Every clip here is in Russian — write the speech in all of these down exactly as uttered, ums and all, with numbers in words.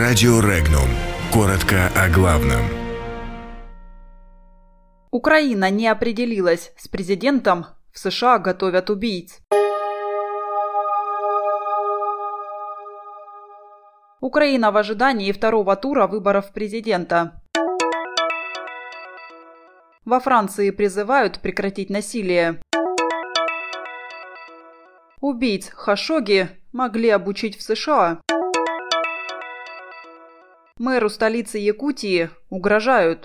Радио Регнум. Коротко о главном. Украина не определилась с президентом, в США готовят убийц. Украина в ожидании второго тура выборов президента. Во Франции призывают прекратить насилие. Убийц Хашогги могли обучить в США. Мэру столицы Якутии угрожают.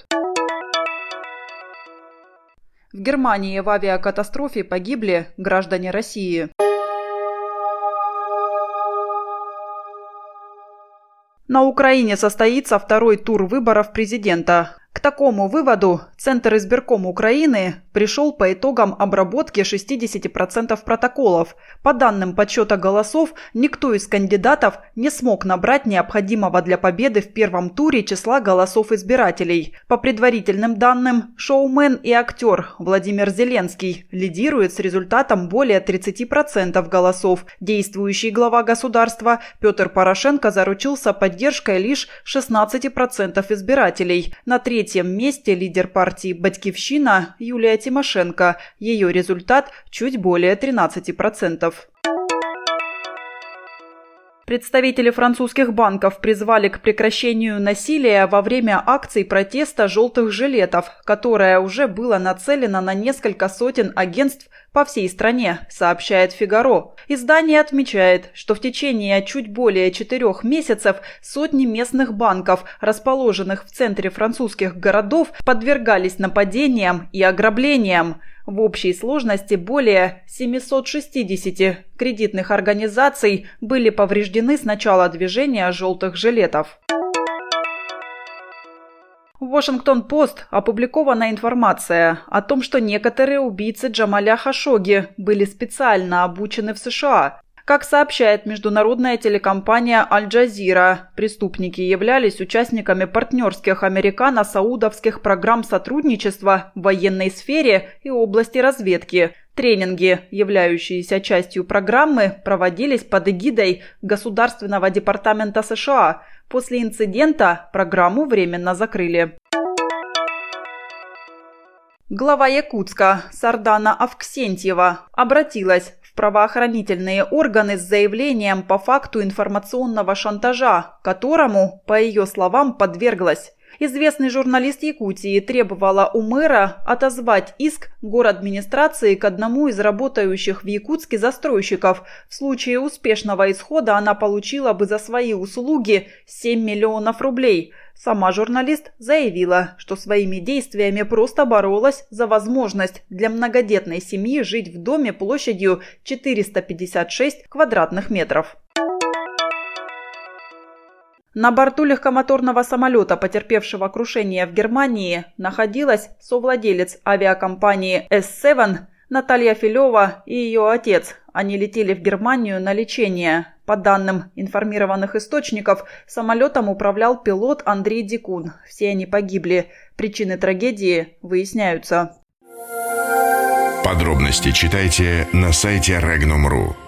В Германии в авиакатастрофе погибли граждане России. На Украине состоится второй тур выборов президента. К такому выводу Центр избирком Украины пришел по итогам обработки шестьдесят процентов протоколов. По данным подсчета голосов, никто из кандидатов не смог набрать необходимого для победы в первом туре числа голосов избирателей. По предварительным данным, шоумен и актер Владимир Зеленский лидирует с результатом более тридцати процентов голосов. Действующий глава государства Петр Порошенко заручился поддержкой лишь шестнадцати процентов избирателей. На третьем В третьем месте лидер партии «Батькивщина» Юлия Тимошенко. Ее результат чуть более тринадцати процентов. Представители французских банков призвали к прекращению насилия во время акций протеста «желтых жилетов», которое уже было нацелено на несколько сотен агентств по всей стране, сообщает «Фигаро». Издание отмечает, что в течение чуть более четырех месяцев сотни местных банков, расположенных в центре французских городов, подвергались нападениям и ограблениям. В общей сложности более семисот шестидесяти кредитных организаций были повреждены с начала движения желтых жилетов. В Вашингтон-Пост опубликована информация о том, что некоторые убийцы Джамаля Хашогги были специально обучены в США. Как сообщает международная телекомпания «Аль-Джазира», преступники являлись участниками партнерских американо-саудовских программ сотрудничества в военной сфере и области разведки. Тренинги, являющиеся частью программы, проводились под эгидой Государственного департамента США. После инцидента программу временно закрыли. Глава Якутска Сардана Авксентьева обратилась в правоохранительные органы с заявлением по факту информационного шантажа, которому, по ее словам, подверглась. Известный журналист Якутии требовала у мэра отозвать иск горадминистрации к одному из работающих в Якутске застройщиков. В случае успешного исхода она получила бы за свои услуги семь миллионов рублей. Сама журналист заявила, что своими действиями просто боролась за возможность для многодетной семьи жить в доме площадью четыреста пятьдесят шесть квадратных метров. На борту легкомоторного самолета, потерпевшего крушение в Германии, находилась совладелец авиакомпании эс семь Наталья Филева и ее отец. Они летели в Германию на лечение. По данным информированных источников, самолетом управлял пилот Андрей Дикун. Все они погибли. Причины трагедии выясняются. Подробности читайте на сайте регнум точка ру.